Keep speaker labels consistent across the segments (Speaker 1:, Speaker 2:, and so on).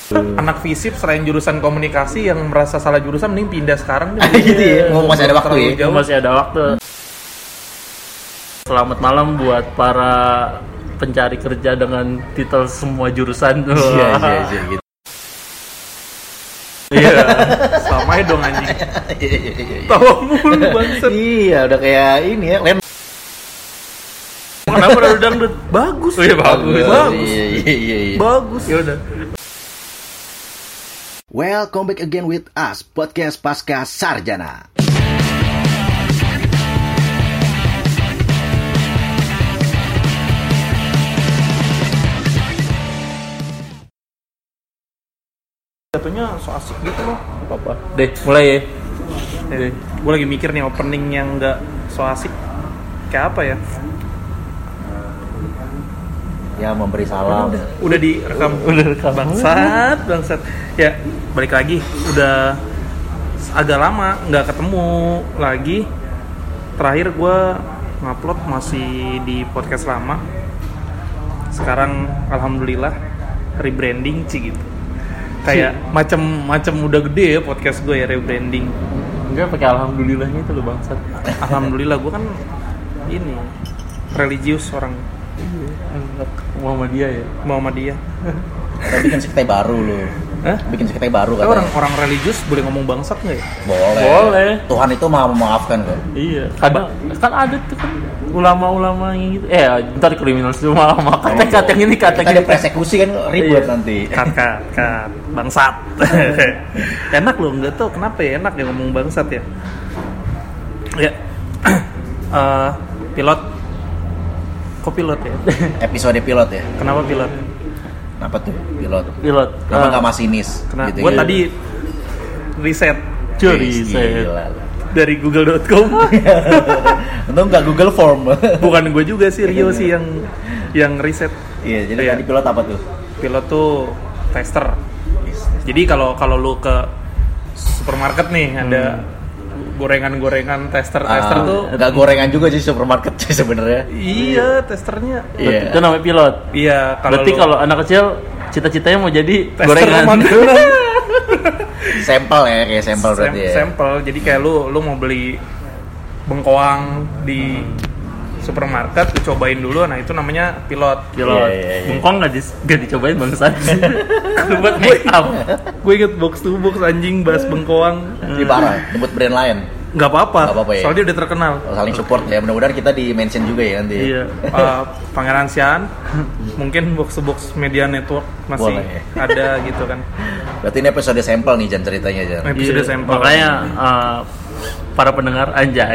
Speaker 1: Anak FISIP selain jurusan komunikasi yang merasa salah jurusan mending pindah sekarang deh.
Speaker 2: Gitu ya. Masih ada waktu ya.
Speaker 1: Jauh.
Speaker 3: Masih ada waktu. Selamat malam buat para pencari kerja dengan titel semua jurusan.
Speaker 2: Iya gitu.
Speaker 1: Iya. Sama dong anjing. Tawa mulu bangsat.
Speaker 2: Iya, udah kayak ini ya.
Speaker 1: Kenapa udah dangdut? Bagus.
Speaker 3: Oh iya bagus.
Speaker 2: Iya.
Speaker 1: Bagus. Ya udah.
Speaker 2: Welcome back again with us, podcast Pasca Sarjana.
Speaker 1: Jatuhnya so asik gitu loh.
Speaker 3: Apa? Deh, mulai ya.
Speaker 1: Gue lagi mikir nih opening yang nggak so asik kayak apa ya?
Speaker 2: Ya, memberi salam.
Speaker 1: Udah direkam. Bangsat. Ya, balik lagi. Udah agak lama nggak ketemu lagi. Terakhir gue ngupload masih di podcast lama. Sekarang alhamdulillah rebranding gitu. Kayak macam udah gede ya podcast gue ya, rebranding.
Speaker 3: Enggak pakai alhamdulillahnya itu lo bangsat.
Speaker 1: Alhamdulillah gue kan ini religius orang. Muhammadiyah.
Speaker 2: Kita bikin sekte baru lo.
Speaker 1: Hah?
Speaker 2: Bikin sekte baru kan?
Speaker 1: Orang religius boleh ngomong bangsat nggak ya?
Speaker 2: Boleh. Tuhan itu maha memaafkan kok.
Speaker 3: Iya. Kadang kan ada tuh kan ulama-ulama yang gitu. Ntar kriminal semua sama kata-kata yang ini
Speaker 2: Kita dipersekusi kan ribet nanti.
Speaker 1: Kat bangsat. Enak loh, nggak tau kenapa ya enak ya ngomong bangsat ya. Ya. Pilot. Kok pilot ya?
Speaker 2: Episode pilot ya.
Speaker 1: Kenapa pilot?
Speaker 2: Kenapa tuh pilot?
Speaker 3: Pilot.
Speaker 2: Kenapa nggak masinis?
Speaker 1: Karena
Speaker 2: Gitu
Speaker 1: gue
Speaker 2: ya?
Speaker 1: tadi riset
Speaker 2: Gila.
Speaker 1: dari google.com.
Speaker 2: Untung nggak Google Form.
Speaker 1: Bukan gue juga sih, Rio sih yang riset.
Speaker 2: Iya, jadi
Speaker 1: Iya.
Speaker 2: tadi pilot apa tuh?
Speaker 1: Pilot tuh tester. Jadi kalau lu ke supermarket nih ada gorengan tester tuh
Speaker 2: nggak gorengan juga sih supermarket sih sebenarnya.
Speaker 1: iya testernya.
Speaker 2: Iya.
Speaker 3: Itu namanya pilot.
Speaker 1: Iya,
Speaker 3: Berarti kalau anak kecil cita-citanya mau jadi
Speaker 1: tester
Speaker 3: gorengan.
Speaker 1: makanan.
Speaker 2: Sampel ya, kayak sampel berarti ya.
Speaker 1: Sampel. Jadi kayak lu mau beli bengkoang di supermarket, lu cobain dulu. Nah, itu namanya pilot.
Speaker 2: Iya.
Speaker 3: Bengkong nggak dicobain bangsat. Buat make up.
Speaker 1: Gue inget box to box anjing bahas bengkoang.
Speaker 2: Ini parah, nyebut brand lain.
Speaker 1: Nggak apa-apa
Speaker 2: ya.
Speaker 1: soalnya dia udah terkenal.
Speaker 2: Saling support ya, mudah-mudahan kita di mention juga ya nanti.
Speaker 1: Iya. Pangeran Sian, mungkin box to box media network masih
Speaker 2: Boleh.
Speaker 1: ada gitu kan.
Speaker 2: Berarti ini episode sampel nih Jan ceritanya Jan.
Speaker 1: Episode
Speaker 3: Iya,
Speaker 1: sampel.
Speaker 3: Makanya para pendengar,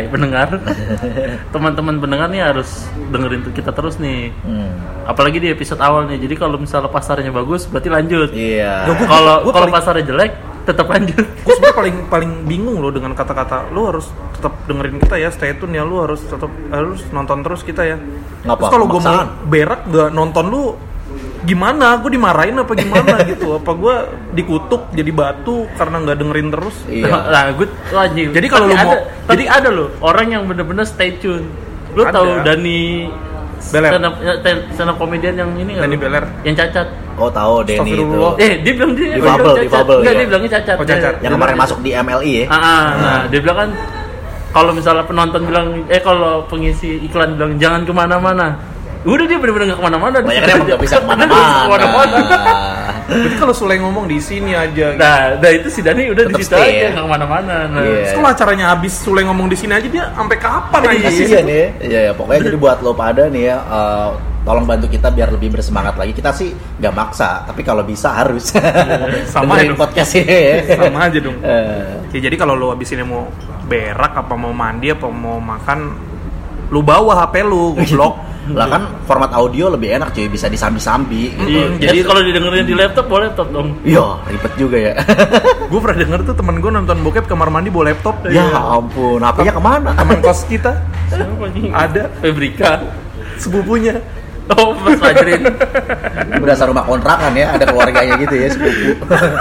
Speaker 3: teman-teman pendengar nih harus dengerin kita terus nih. Apalagi di episode awal nih. Jadi kalau misalnya pasarnya bagus, berarti lanjut.
Speaker 2: Iya.
Speaker 3: Kalau pasarnya jelek, tetap lanjut.
Speaker 1: Gue sebenarnya paling bingung loh dengan kata-kata lu harus tetap dengerin kita ya, stay tune ya, lu harus nonton terus kita ya.
Speaker 2: Ngapa?
Speaker 1: Terus kalau gue mau
Speaker 2: Pemaksaan.
Speaker 1: berak gak nonton lu, gimana? Gue dimarahin apa gimana gitu? Apa gue dikutuk jadi batu karena nggak dengerin terus?
Speaker 2: Iya.
Speaker 3: Nah, gue anjing.
Speaker 1: Jadi kalau lu mau,
Speaker 3: jadi ada loh orang yang bener-bener stay tune. Lu
Speaker 1: Ada.
Speaker 3: tahu Dani
Speaker 1: Beler.
Speaker 3: stand up comedian yang ini nggak?
Speaker 1: Dani
Speaker 3: lu?
Speaker 1: Beler.
Speaker 3: Yang cacat.
Speaker 2: Oh tahu Denny itu.
Speaker 1: Astagfirullah.
Speaker 3: Dia bilang dia
Speaker 2: Difabel,
Speaker 3: Enggak,
Speaker 2: ya.
Speaker 3: dia bilangnya cacat.
Speaker 1: Oh, cacat.
Speaker 2: Yang kemarin masuk di MLI ya.
Speaker 3: Nah, dia bilang kan kalau misalnya penonton bilang kalau pengisi iklan bilang jangan kemana-mana, udah dia benar-benar nggak kemana-mana.
Speaker 2: Banyak kan nggak bisa kemana-mana.
Speaker 1: Berarti kalau Sule ngomong di sini aja. Gitu.
Speaker 3: Nah itu si Dani udah
Speaker 2: Tetep
Speaker 3: di situ
Speaker 2: stay,
Speaker 3: aja
Speaker 2: ya?
Speaker 3: nggak kemana-mana. Nah,
Speaker 2: Iya.
Speaker 1: Terus kalau acaranya habis Sule ngomong di sini aja dia sampai kapan aja sih?
Speaker 2: Iya nih. Iya, pokoknya jadi buat lo pada nih ya, tolong bantu kita biar lebih bersemangat lagi. Kita sih nggak maksa, tapi kalau bisa harus.
Speaker 1: Sama
Speaker 2: dengerin
Speaker 1: ya,
Speaker 2: podcast ini ya.
Speaker 1: Sama aja dong. Ya, jadi kalau lu abis ini mau berak apa mau mandi apa mau makan, lu bawa HP lu, goblok.
Speaker 2: Lah kan format audio lebih enak cuy, bisa disambi-sambi gitu.
Speaker 3: Jadi kalau didengerin di laptop boleh laptop dong.
Speaker 2: Iya, ribet juga ya.
Speaker 1: Gue pernah denger tuh temen gue nonton bokep kamar mandi bawa laptop.
Speaker 2: Ya ampun, HP-nya kemana?
Speaker 1: Temen kos kita ada
Speaker 3: Fabrika.
Speaker 1: sepupunya.
Speaker 3: Oh, Mas Fajrin.
Speaker 2: Berasa rumah kontrakan ya, ada keluarganya gitu ya, sepupu.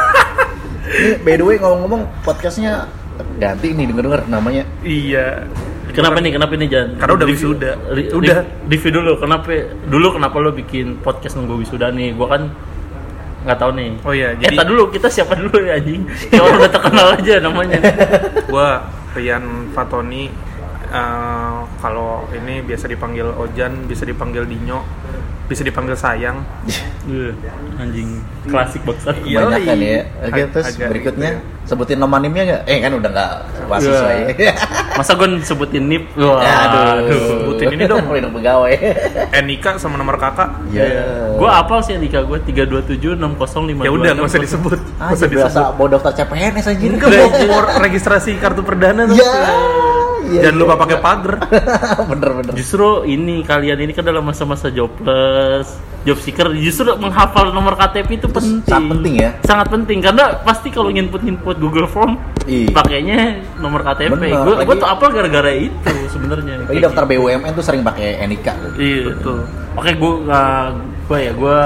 Speaker 2: Ini by the way ngomong-ngomong podcastnya ganti nih, denger-denger namanya.
Speaker 1: Iya.
Speaker 3: Kenapa nih Jan?
Speaker 1: Karena udah wisuda. Udah.
Speaker 3: Review dulu. Kenapa lo bikin podcast nunggu wisuda nih? Gua kan nggak tahu nih.
Speaker 1: Oh iya, jadi
Speaker 3: Tadi dulu kita siapa dulu ya anjing? Ya orang udah terkenal aja namanya.
Speaker 1: gue Rian Fatoni. Kalau ini biasa dipanggil Ojan, bisa dipanggil Dinyo, bisa dipanggil Sayang.
Speaker 3: Anjing klasik banget.
Speaker 1: Iya.
Speaker 2: Kebanyakan ya. Oke, terus
Speaker 1: Agak
Speaker 2: berikutnya
Speaker 1: gitu
Speaker 2: sebutin nama nimnya nggak? Kan udah nggak mahasiswa ya.
Speaker 3: Masa gue sebutin NIP? Wah,
Speaker 1: sebutin ini dong.
Speaker 2: Udah pegawai.
Speaker 1: Nika sama nomor kakak.
Speaker 2: Ya.
Speaker 3: Gue apal sih Andika gue 3276052.
Speaker 1: Ya udah, nggak usah disebut. Nggak usah
Speaker 2: Berasa mau daftar CPNS aja.
Speaker 1: Enggak mau registrasi kartu perdana tuh.
Speaker 2: Ya.
Speaker 1: Jangan lupa pakai pagar.
Speaker 2: Bener.
Speaker 3: Justru ini kalian ini kan dalam masa-masa jobless, job seeker, justru menghafal nomor KTP itu penting.
Speaker 2: Sangat penting ya.
Speaker 3: Sangat penting karena pasti kalau nginput Google Form
Speaker 2: Iya.
Speaker 3: pakainya nomor KTP.
Speaker 2: Bener,
Speaker 3: Gue tuh apal gara-gara itu sebenarnya.
Speaker 2: Lagi daftar BUMN tuh sering pakai NIK.
Speaker 3: Iya betul. Oke, gue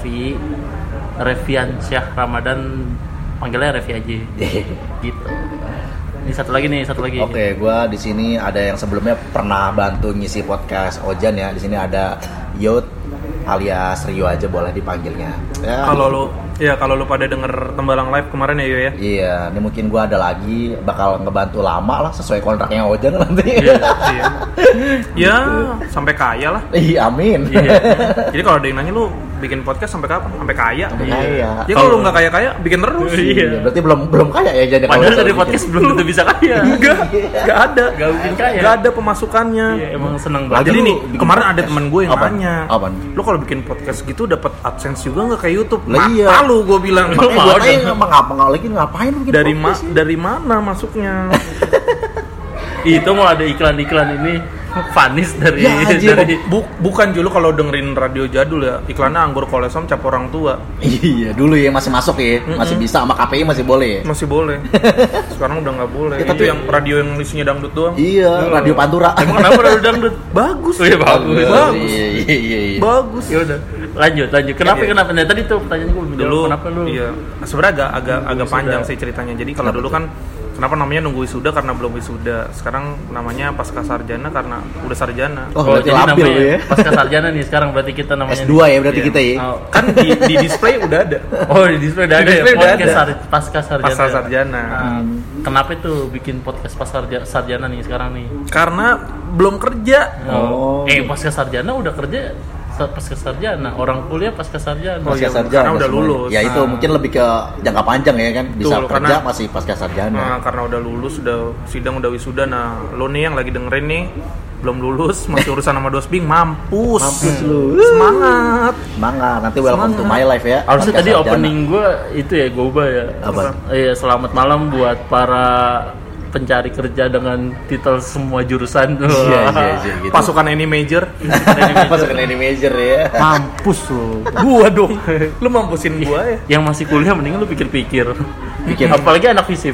Speaker 3: Revian Syah Ramadan, panggilnya Revi aja. Gitu. Ini satu lagi.
Speaker 2: Oke, gua di sini ada yang sebelumnya pernah bantu ngisi podcast Ojan ya. Di sini ada Yot alias Rio aja boleh dipanggilnya. Ya.
Speaker 1: Kalau lu pada denger Tembalang Live kemarin ya Yo ya.
Speaker 2: Iya, ini mungkin gua ada lagi bakal ngebantu lama lah sesuai kontraknya Ojan nanti.
Speaker 1: Iya. Ya, sampai kaya lah.
Speaker 2: Iya, amin.
Speaker 3: Iya.
Speaker 1: Jadi kalau ada yang nanya lu bikin podcast sampai kapan? Sampai kaya.
Speaker 2: Sampai kaya.
Speaker 1: Ya kalau lu nggak kaya-kaya, bikin terus.
Speaker 3: Iya.
Speaker 2: Berarti belum kaya ya jadi.
Speaker 3: Padahal dari podcast belum tentu bisa kaya.
Speaker 1: Nggak ada.
Speaker 3: Gak mungkin kaya.
Speaker 1: Nggak ada pemasukannya.
Speaker 3: Iya, emang seneng
Speaker 1: Nah,
Speaker 3: banget.
Speaker 1: jadi nih, kemarin ada teman gue yang
Speaker 2: Apaan?
Speaker 1: nanya,
Speaker 2: Apaan?
Speaker 1: lu kalau bikin podcast gitu dapat AdSense juga nggak kayak YouTube?
Speaker 2: Lah iya.
Speaker 1: Mata lu gue bilang.
Speaker 3: Lu
Speaker 2: Makanya
Speaker 3: mau
Speaker 2: gua tanya ngapain lu bikin podcast sih?
Speaker 1: Dari mana masuknya?
Speaker 3: Itu mau ada iklan-iklan ini Vanis dari
Speaker 2: Ya, anjir.
Speaker 1: Bukan dulu kalau dengerin radio jadul ya, iklannya anggur kolesom cap orang tua.
Speaker 2: Iya, dulu ya masih masuk ya. Masih bisa sama KPI masih boleh ya.
Speaker 1: Masih boleh. Sekarang udah nggak boleh.
Speaker 2: Ya,
Speaker 1: Itu
Speaker 2: tapi-
Speaker 1: yang radio yang isinya dangdut doang.
Speaker 2: Iya, Radio Pantura.
Speaker 3: Emang kenapa udah dangdut?
Speaker 1: Bagus.
Speaker 3: Oh iya bagus.
Speaker 1: Bagus.
Speaker 2: Iya.
Speaker 1: Bagus.
Speaker 3: Ya udah. Lanjut. Kenapa?
Speaker 1: Iya.
Speaker 3: Nah, tadi tuh pertanyaan gue belum
Speaker 1: Dulu
Speaker 3: jawab. Kenapa lu?
Speaker 1: Iya. Sebenarnya agak
Speaker 3: wisuda.
Speaker 1: panjang sih ceritanya. Jadi kalau dulu kan kenapa namanya nunggu wisuda karena belum wisuda. Sekarang namanya pasca sarjana karena udah sarjana.
Speaker 2: Oh, berarti
Speaker 3: jadi
Speaker 2: labil
Speaker 3: namanya
Speaker 2: ya.
Speaker 3: pasca sarjana nih sekarang berarti kita namanya
Speaker 2: S2 ya berarti
Speaker 1: Iya.
Speaker 2: kita ya.
Speaker 3: Oh,
Speaker 1: Kan di display udah ada.
Speaker 3: oh di display udah
Speaker 1: Di
Speaker 3: ada ya
Speaker 1: display udah
Speaker 3: podcast
Speaker 1: ada.
Speaker 3: pasca sarjana.
Speaker 1: Pasca sarjana.
Speaker 3: Nah, kenapa itu bikin podcast pasca sarjana nih sekarang nih?
Speaker 1: Karena belum kerja.
Speaker 2: Oh.
Speaker 3: Pasca sarjana udah kerja pasca sarjana, orang kuliah pasca sarjana.
Speaker 1: Oh,
Speaker 2: Pasca
Speaker 1: iya,
Speaker 2: sarjana
Speaker 1: karena udah
Speaker 2: semuanya.
Speaker 1: lulus.
Speaker 2: Ya itu mungkin lebih ke jangka panjang ya kan. Bisa
Speaker 1: Betul,
Speaker 2: kerja
Speaker 1: karena-
Speaker 2: masih pasca sarjana.
Speaker 1: Nah, karena udah lulus, udah sidang, udah wisuda. Nah, lo nih yang lagi dengerin nih belum lulus, masih urusan sama dosbing, mampus.
Speaker 2: Mampus lu.
Speaker 1: Semangat.
Speaker 2: Semangat. Nanti welcome to my life ya.
Speaker 3: Harusnya
Speaker 2: Pasca
Speaker 3: tadi
Speaker 2: sarjana.
Speaker 3: opening gue itu ya gue ubah ya.
Speaker 2: Apa?
Speaker 3: Iya, selamat malam buat para pencari kerja dengan titel semua jurusan.
Speaker 2: Iya gitu.
Speaker 1: Pasukan any major.
Speaker 2: Pasukan ini major ya.
Speaker 3: Mampus lo.
Speaker 1: Gua dong. Lu mampusin gua ya.
Speaker 3: Yang masih kuliah mendingan lu pikir-pikir.
Speaker 2: Pikir.
Speaker 3: Apalagi anak fisip.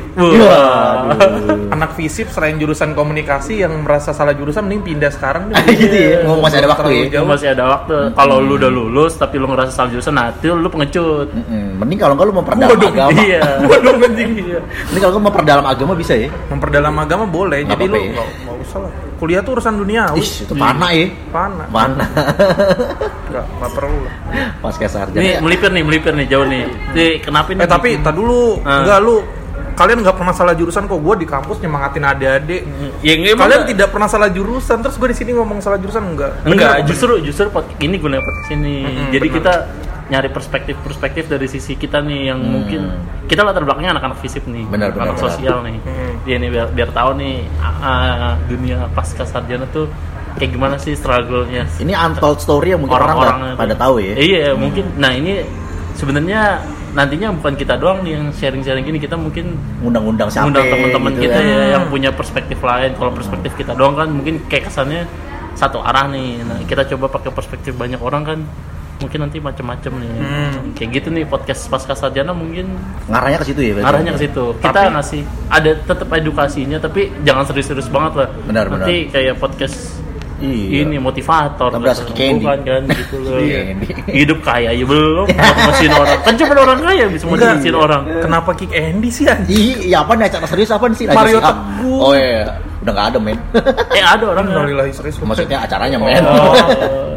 Speaker 2: Waduh.
Speaker 1: Anak fisip selain jurusan komunikasi yang merasa salah jurusan mending pindah sekarang deh.
Speaker 2: Gitu ya. Mau masih ada waktu ya.
Speaker 1: Terlalu jauh.
Speaker 3: Masih ada waktu. Kalau lu udah lulus tapi lu ngerasa salah jurusan, nanti lu pengecut.
Speaker 2: Mending kalau enggak lu memperdalam
Speaker 1: Waduh,
Speaker 2: agama.
Speaker 3: Iya.
Speaker 1: Waduh anjing.
Speaker 3: Iya.
Speaker 2: Mending kalau lu memperdalam agama bisa ya.
Speaker 1: Memperdalam agama boleh,
Speaker 2: Nggak
Speaker 1: jadi lu
Speaker 2: apa-apa ya.
Speaker 1: nggak usah lah. Kuliah tuh urusan duniawi.
Speaker 2: Ih, itu panah ya.
Speaker 1: Panah.
Speaker 2: Mana?
Speaker 1: Nggak perlu lah.
Speaker 2: Pasca sarjana.
Speaker 3: Ini melipir nih jauh nih. Nih, kenapa ini?
Speaker 1: Tapi tak dulu,
Speaker 3: Ah.
Speaker 1: enggak lu. Kalian nggak pernah salah jurusan kok. Gue di kampus nyemangatin adik-adik.
Speaker 3: Ya, emang
Speaker 1: Kalian
Speaker 3: enggak.
Speaker 1: tidak pernah salah jurusan. Terus gue di sini ngomong salah jurusan enggak?
Speaker 3: Enggak, justru ini gue podcast ini. Jadi
Speaker 1: benar.
Speaker 3: kita nyari perspektif dari sisi kita nih yang mungkin kita latar belakangnya anak-anak fisip nih,
Speaker 2: Benar,
Speaker 3: anak sosial nih. Dia nih biar tahu nih dunia pasca sarjana tuh kayak gimana sih struggle-nya.
Speaker 2: Ini untold story yang mungkin orang nggak pada tahu ya.
Speaker 3: Iya, mungkin. Nah, ini sebenarnya nantinya bukan kita doang nih yang sharing-sharing gini, kita mungkin
Speaker 2: Undang-undang siapa?
Speaker 3: undang teman-teman
Speaker 2: gitu
Speaker 3: kita
Speaker 2: kan.
Speaker 3: ya yang punya perspektif lain. Kalau perspektif kita doang kan mungkin kayak kesannya satu arah nih. Nah, kita coba pakai perspektif banyak orang kan mungkin nanti macam-macam nih. Kayak gitu nih podcast pasca sarjana mungkin
Speaker 2: Ngarahnya ke situ ya. berarti?
Speaker 3: arahnya ke situ. Kita ngasih ada tetap edukasinya tapi jangan serius-serius banget lah.
Speaker 2: Benar,
Speaker 3: Nanti kayak podcast
Speaker 2: Iya.
Speaker 3: ini motivator
Speaker 2: Kita berasa kayak Candy.
Speaker 3: bukan kan gitu loh.
Speaker 2: Iya, Candy.
Speaker 3: Hidup kaya ya belum motivasiin orang. Kan cuma orang kaya bisa motivasiin orang.
Speaker 1: Kenapa kick Andy sih anjing?
Speaker 2: Iya, apa nih acara serius apa nih sih? Raja
Speaker 1: Mario
Speaker 2: Shihab.
Speaker 1: Teguh.
Speaker 2: Oh iya, udah nggak ada men.
Speaker 3: Ada orang
Speaker 1: Innalillahi serius.
Speaker 2: Maksudnya acaranya men.
Speaker 3: Oh.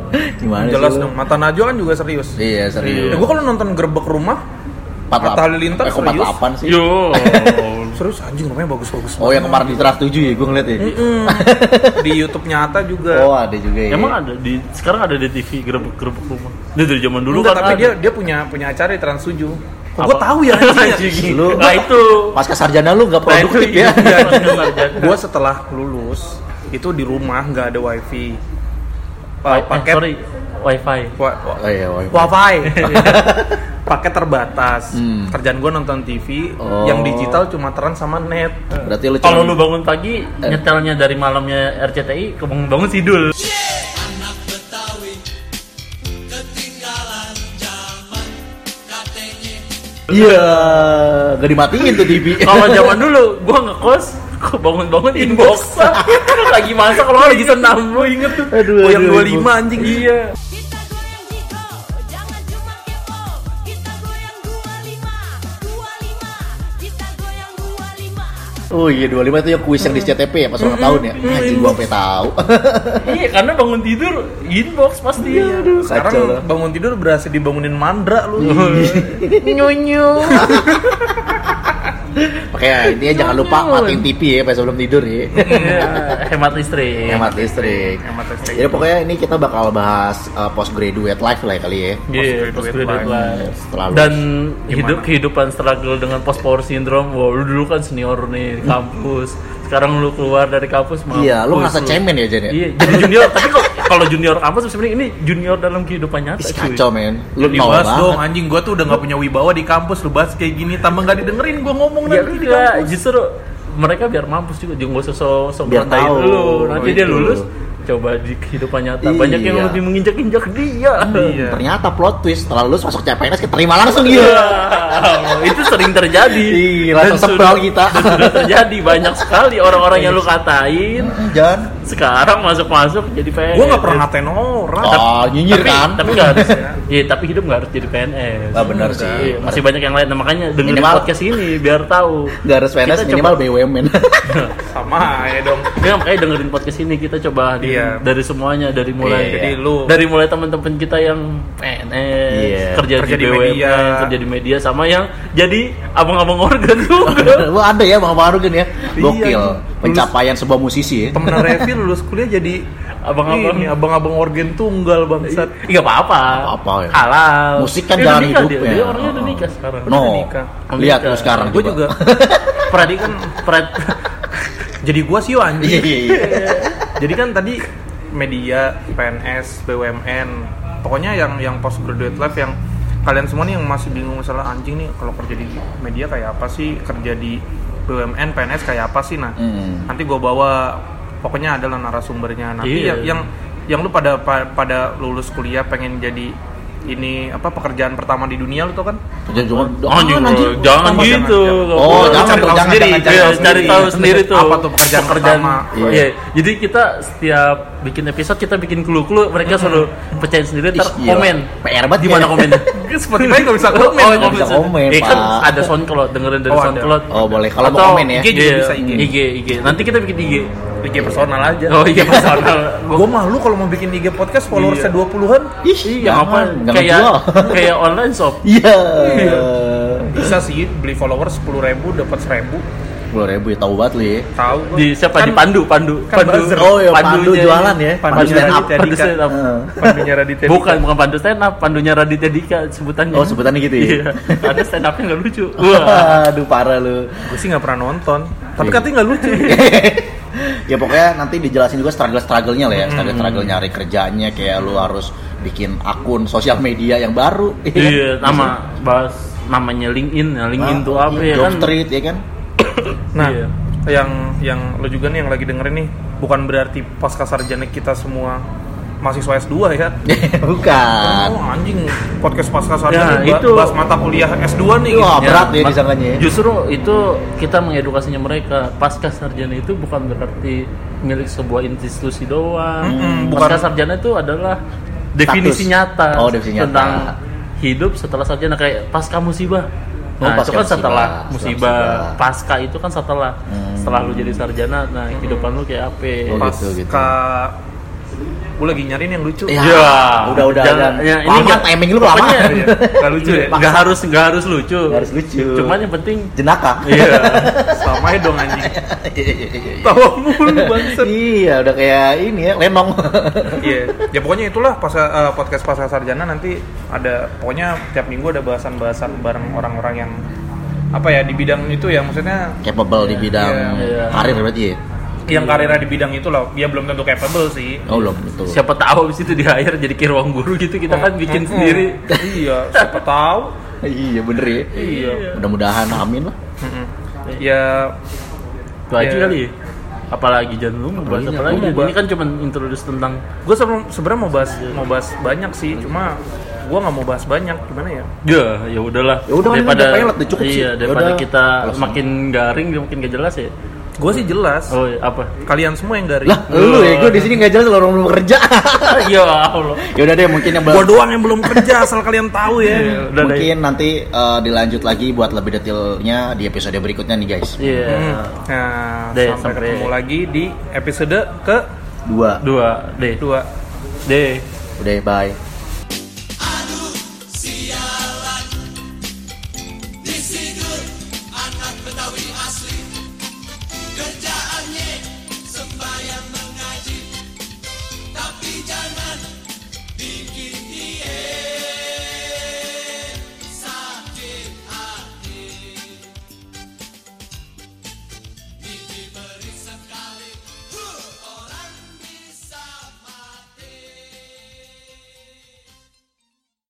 Speaker 2: Gimana
Speaker 1: Jelas
Speaker 2: sih lu?
Speaker 1: dong, Mata Najwa kan juga serius.
Speaker 2: Iya serius.
Speaker 1: Gue kalau nonton Gerbek Rumah, Atta Halilintar
Speaker 2: kok
Speaker 1: serius.
Speaker 2: 48 sih?
Speaker 3: Yo.
Speaker 1: Serius anjing rumahnya bagus-bagus.
Speaker 2: Oh yang kemarin di Trans 7 ya, gue ngeliat ya.
Speaker 1: Di YouTube nyata juga.
Speaker 2: Oh ada juga ya.
Speaker 3: Emang ada sekarang ada di TV gerebek rumah. Dia dari zaman dulu
Speaker 1: Enggak,
Speaker 3: kan
Speaker 1: tapi
Speaker 3: ada.
Speaker 1: dia punya acara di Trans 7. Kok
Speaker 3: Apa?
Speaker 1: gue tahu ya anjing.
Speaker 2: Lu
Speaker 3: Nah itu.
Speaker 2: pasca sarjana lu gak produktif ya?
Speaker 1: Gue setelah lulus itu di rumah nggak ada wifi. Paket
Speaker 3: wifi.
Speaker 2: Oh iya, wifi.
Speaker 1: wifi. Paket terbatas. Kerjaan gue nonton TV,
Speaker 2: Oh.
Speaker 1: yang digital cuma Trans sama net.
Speaker 2: Berarti lu
Speaker 3: Kalau
Speaker 2: cuma
Speaker 3: lu bangun pagi, nyetelnya dari malamnya RCTI, bangun sidul.
Speaker 2: iya, gak dimatiin tuh TV.
Speaker 3: Kalau zaman dulu, gua ngekos, kok bangun-bangun inbox. Lagi masak, kalau nggak lagi senam, lu inget tuh.
Speaker 1: Yang 25 anjing.
Speaker 3: Iya.
Speaker 4: Kita goyang Jiko, jangan cuma kepo. Kita goyang 25, kita goyang 25.
Speaker 2: Oh iya 25 itu ya kuis yang di CTP ya pas ulang tahun ya. Anjing gua sampai tahu.
Speaker 3: Iya, karena bangun tidur inbox pasti. Aduh.
Speaker 1: Sekarang
Speaker 2: Kacau lah.
Speaker 1: bangun tidur berhasil dibangunin Mandra lu.
Speaker 3: Nyonyo.
Speaker 2: Makanya intinya jangan lupa matiin TV ya pas sebelum tidur ya.
Speaker 3: Hemat listrik.
Speaker 2: Hemat listrik.
Speaker 1: Hemat listrik.
Speaker 2: Jadi pokoknya ini kita bakal bahas postgraduate life lah ya kali ya.
Speaker 3: Iya,
Speaker 1: Postgraduate
Speaker 3: postgraduate life.
Speaker 2: Setelah
Speaker 3: Dan
Speaker 1: Gimana?
Speaker 3: kehidupan struggle dengan post power syndrome. Wah, lu dulu kan senior nih di kampus. Sekarang lu keluar dari kampus mampus.
Speaker 2: Iya, lu ngerasa cemen ya Jen ya?
Speaker 3: Iya, jadi junior. Tapi kalau junior kampus sebenarnya ini junior dalam kehidupan nyata,
Speaker 2: Ih,
Speaker 3: cuy.
Speaker 2: kacau men. Lu nol
Speaker 1: Dibahas dong
Speaker 2: banget.
Speaker 1: anjing, gua tuh udah gak punya wibawa di kampus. Lu bahas kayak gini tambah gak didengerin gua ngomong
Speaker 3: Ya
Speaker 1: nanti di
Speaker 3: enggak,
Speaker 1: kampus.
Speaker 3: justru mereka biar mampus juga, jangan gak usah sok
Speaker 2: Biar
Speaker 3: berandain
Speaker 2: tahu.
Speaker 3: dulu. Nanti
Speaker 2: Oh,
Speaker 3: dia
Speaker 2: itu.
Speaker 3: lulus, coba di kehidupan nyata. Banyak yang
Speaker 2: Iya.
Speaker 3: lebih menginjak-injak dia.
Speaker 1: Iya.
Speaker 2: Ternyata plot twist setelah lulus masuk CPNS keterima langsung dia.
Speaker 3: Itu sering terjadi.
Speaker 2: Ih, langsung
Speaker 3: Dan
Speaker 2: sebel kita.
Speaker 3: dan sudah terjadi banyak sekali orang-orang yang lu katain
Speaker 2: Jan.
Speaker 3: sekarang masuk jadi PNS.
Speaker 1: Gua gak pernah ngatain orang.
Speaker 2: Oh, nyinyir kan?
Speaker 3: Tapi nggak harus. Iya, tapi hidup nggak harus jadi PNS.
Speaker 2: Ah, benar sih.
Speaker 3: Iya, masih banyak yang lain. Nah, makanya dengerin
Speaker 2: Minimal-
Speaker 3: podcast ini biar tahu.
Speaker 2: Gak harus PNS,
Speaker 3: Kita
Speaker 2: minimal
Speaker 3: coba-
Speaker 2: BUMN.
Speaker 1: Sama ya dong.
Speaker 3: Ya, makanya dengerin podcast ini kita coba
Speaker 1: Iya.
Speaker 3: dari semuanya, dari mulai
Speaker 2: Iya.
Speaker 1: Jadi lu
Speaker 3: dari mulai teman-teman kita yang PNS,
Speaker 2: Iya.
Speaker 3: kerja
Speaker 1: Kerja
Speaker 3: di
Speaker 1: di
Speaker 3: BUMN,
Speaker 1: media.
Speaker 3: kerja di media, sama yang jadi abang-abang organ juga.
Speaker 2: Wah ada ya Bang Farugen ya. Gokil.
Speaker 1: Iya.
Speaker 2: Pencapaian sebuah musisi ya.
Speaker 1: temen Revi lulus kuliah jadi
Speaker 3: Abang-abang.
Speaker 1: ini abang-abang organ tunggal bangsat.
Speaker 3: Iya apa-apa.
Speaker 2: Apa-apa ya.
Speaker 3: Halal.
Speaker 2: Musik kan
Speaker 3: Dia
Speaker 2: jalan
Speaker 3: udah nikah
Speaker 2: hidup
Speaker 3: dia.
Speaker 2: ya.
Speaker 3: Dia orangnya udah nikah sekarang.
Speaker 2: No.
Speaker 1: Udah nikah.
Speaker 2: Lihat lu sekarang
Speaker 1: Gue juga.
Speaker 3: Tadi kan Fred.
Speaker 1: Jadi gua sih anjing.
Speaker 2: Iya.
Speaker 1: Jadi kan tadi media, PNS, BUMN, pokoknya yang postgraduate life yang kalian semua nih yang masih bingung masalah anjing nih kalau kerja di media kayak apa sih, kerja di BUMN, PNS kayak apa sih. Nah, nanti gua bawa pokoknya adalah narasumbernya. Nanti
Speaker 3: Iya.
Speaker 1: yang lu pada lulus kuliah pengen jadi ini apa pekerjaan pertama di dunia lu tau kan?
Speaker 3: Anjing, jangan
Speaker 1: Oh,
Speaker 3: gitu.
Speaker 2: Oh,
Speaker 1: Lu
Speaker 2: jangan
Speaker 1: cari
Speaker 2: dong,
Speaker 1: tahu
Speaker 2: jangan,
Speaker 1: sendiri.
Speaker 2: jangan,
Speaker 3: Iya,
Speaker 2: jangan.
Speaker 3: cari tahu sendiri tuh.
Speaker 1: Apa tuh pekerjaan pertama?
Speaker 3: Iya. Jadi kita setiap bikin episode kita bikin clue-clue, mereka selalu pecahin sendiri, ntar
Speaker 2: Ih, gila.
Speaker 3: komen.
Speaker 2: PR banget
Speaker 3: Di mana
Speaker 2: ya.
Speaker 3: komennya?
Speaker 1: Spotify nggak bisa komen.
Speaker 3: Oh,
Speaker 2: nggak bisa komen,
Speaker 3: kan
Speaker 2: Pak.
Speaker 3: ada SoundCloud, dengerin dari
Speaker 1: Oh, ada.
Speaker 3: SoundCloud.
Speaker 2: Oh, boleh. Kalau mau
Speaker 3: Atau
Speaker 2: komen ya.
Speaker 1: IG juga
Speaker 3: Iya,
Speaker 1: bisa, IG.
Speaker 3: IG. Nanti kita bikin IG.
Speaker 1: IG personal aja.
Speaker 3: Oh iya, personal.
Speaker 1: Gue malu kalau mau bikin IG podcast followersnya
Speaker 3: Iya.
Speaker 1: 20-an.
Speaker 2: Ih,
Speaker 3: Iya, apa?
Speaker 2: nggak
Speaker 3: Kayak
Speaker 2: ngejual.
Speaker 3: kayak online shop.
Speaker 2: Iya.
Speaker 1: Bisa sih beli followers 10.000 dapat 1.000.
Speaker 2: 10.000 ya tahu banget lu ya.
Speaker 1: Tahu gua.
Speaker 3: Di siapa? Di Pandu.
Speaker 1: kan buzzer.
Speaker 2: Oh iya, Pandu
Speaker 3: Pandunya-
Speaker 2: jualan ya.
Speaker 1: Pandu
Speaker 3: stand up.
Speaker 1: Raditya
Speaker 3: Pandu
Speaker 1: Dika.
Speaker 3: stand up.
Speaker 1: Pandunya Raditya Dika.
Speaker 3: Bukan Pandu stand up, Pandunya Raditya Dika sebutannya.
Speaker 2: Oh, sebutannya gitu ya?
Speaker 3: Iya. Ada stand upnya nggak lucu. Wah.
Speaker 2: Aduh parah lu.
Speaker 1: Gue sih nggak pernah nonton. Tapi
Speaker 2: Iya.
Speaker 1: katanya nggak lucu.
Speaker 2: Ya pokoknya nanti dijelasin juga struggle-struggle-nya lah ya. Struggle nyari kerjanya kayak lu harus bikin akun sosial media yang baru.
Speaker 3: Iya, bahas namanya LinkedIn. Nah, LinkedIn tuh apa ya
Speaker 2: Job
Speaker 3: kan?
Speaker 2: Street ya kan?
Speaker 1: Nah,
Speaker 3: Iya.
Speaker 1: yang lo juga nih yang lagi dengerin nih, bukan berarti pasca sarjana kita semua mahasiswa S2 ya.
Speaker 2: Bukan.
Speaker 1: Oh anjing, podcast pasca sarjana
Speaker 3: Ya, itu-
Speaker 1: bahas mata kuliah S2 nih.
Speaker 2: Wah,
Speaker 1: gitu.
Speaker 2: berat ya disangkanya ya.
Speaker 3: Justru itu kita mengedukasinya mereka. Pasca sarjana itu bukan berarti milik sebuah institusi doang.
Speaker 1: bukan.
Speaker 3: Pasca sarjana itu adalah definisi
Speaker 2: Status.
Speaker 3: nyata
Speaker 2: Oh, definisi nyata.
Speaker 3: tentang hidup setelah sarjana, kayak pasca musibah.
Speaker 2: Oh,
Speaker 3: Nah,
Speaker 2: pasca
Speaker 3: itu kan setelah
Speaker 2: musibah.
Speaker 3: musibah.
Speaker 2: Setelah musibah.
Speaker 3: Pasca itu kan setelah lu jadi sarjana. Nah, kehidupan lu kayak apa?
Speaker 2: Oh,
Speaker 1: Pas
Speaker 2: gitu.
Speaker 1: Gue lagi nyariin yang lucu.
Speaker 2: Ya,
Speaker 3: Ya,
Speaker 2: udah.
Speaker 3: jangan- ya, ini
Speaker 2: Lama
Speaker 3: nggak-
Speaker 2: timing lu lama.
Speaker 3: pokoknya-
Speaker 1: Iya, nggak lucu ya.
Speaker 3: nggak harus lucu.
Speaker 2: Nggak harus lucu.
Speaker 3: Cuman yang penting
Speaker 2: Jenaka.
Speaker 3: iya.
Speaker 1: Sama aja dong anjing. Tawa mulu bangsat.
Speaker 2: Iya, udah kayak ini ya, Lenong.
Speaker 1: Iya, ya pokoknya itulah podcast Pasca Sarjana nanti ada, pokoknya tiap minggu ada bahasan-bahasan bareng orang-orang yang apa ya di bidang itu ya, maksudnya
Speaker 2: Capable di bidang
Speaker 3: Iya.
Speaker 2: karir berarti ya.
Speaker 1: yang karirnya di bidang itu loh. Dia belum tentu capable sih.
Speaker 2: Oh, belum betul.
Speaker 3: Siapa tahu habis itu di hire jadi kayak ruang guru gitu, kita kan bikin sendiri.
Speaker 1: Iya, siapa tahu.
Speaker 2: Iya, bener ya.
Speaker 1: Iya.
Speaker 2: Mudah-mudahan amin lah.
Speaker 1: Mm-mm. Ya
Speaker 3: Itu aja
Speaker 1: Iya.
Speaker 3: kali ya. Apalagi jangan lu mau bahas
Speaker 2: Apalagi,
Speaker 3: apa lagi?
Speaker 1: lu mau bahas-
Speaker 3: Ini kan cuma introduce tentang
Speaker 1: gue sebenarnya mau bahas banyak sih, cuma gue nggak mau bahas banyak, gimana ya?
Speaker 3: ya udahlah.
Speaker 2: Ya udah,
Speaker 3: daripada
Speaker 2: kan udah cukup sih.
Speaker 3: iya,
Speaker 2: Ya
Speaker 3: daripada
Speaker 2: udah.
Speaker 3: kita
Speaker 2: Alasan.
Speaker 3: makin garing makin gak jelas ya.
Speaker 1: Gue sih jelas.
Speaker 3: Oh, iya, apa?
Speaker 1: Kalian semua yang garing.
Speaker 2: Lah, lu ya, gue di sini nggak jelas kalau orang belum kerja.
Speaker 3: Ya Allah.
Speaker 2: Ya udah deh, mungkin yang
Speaker 1: Gue doang yang belum kerja, asal kalian tahu ya.
Speaker 3: Udah deh.
Speaker 2: mungkin nanti dilanjut lagi buat lebih detailnya di episode berikutnya nih guys.
Speaker 3: Iya.
Speaker 1: Nah,
Speaker 3: Deh,
Speaker 1: sampai
Speaker 3: sampai-
Speaker 1: ketemu lagi di episode ke
Speaker 2: 2.
Speaker 3: 2 D.
Speaker 1: 2.
Speaker 3: D.
Speaker 2: Udah, bye.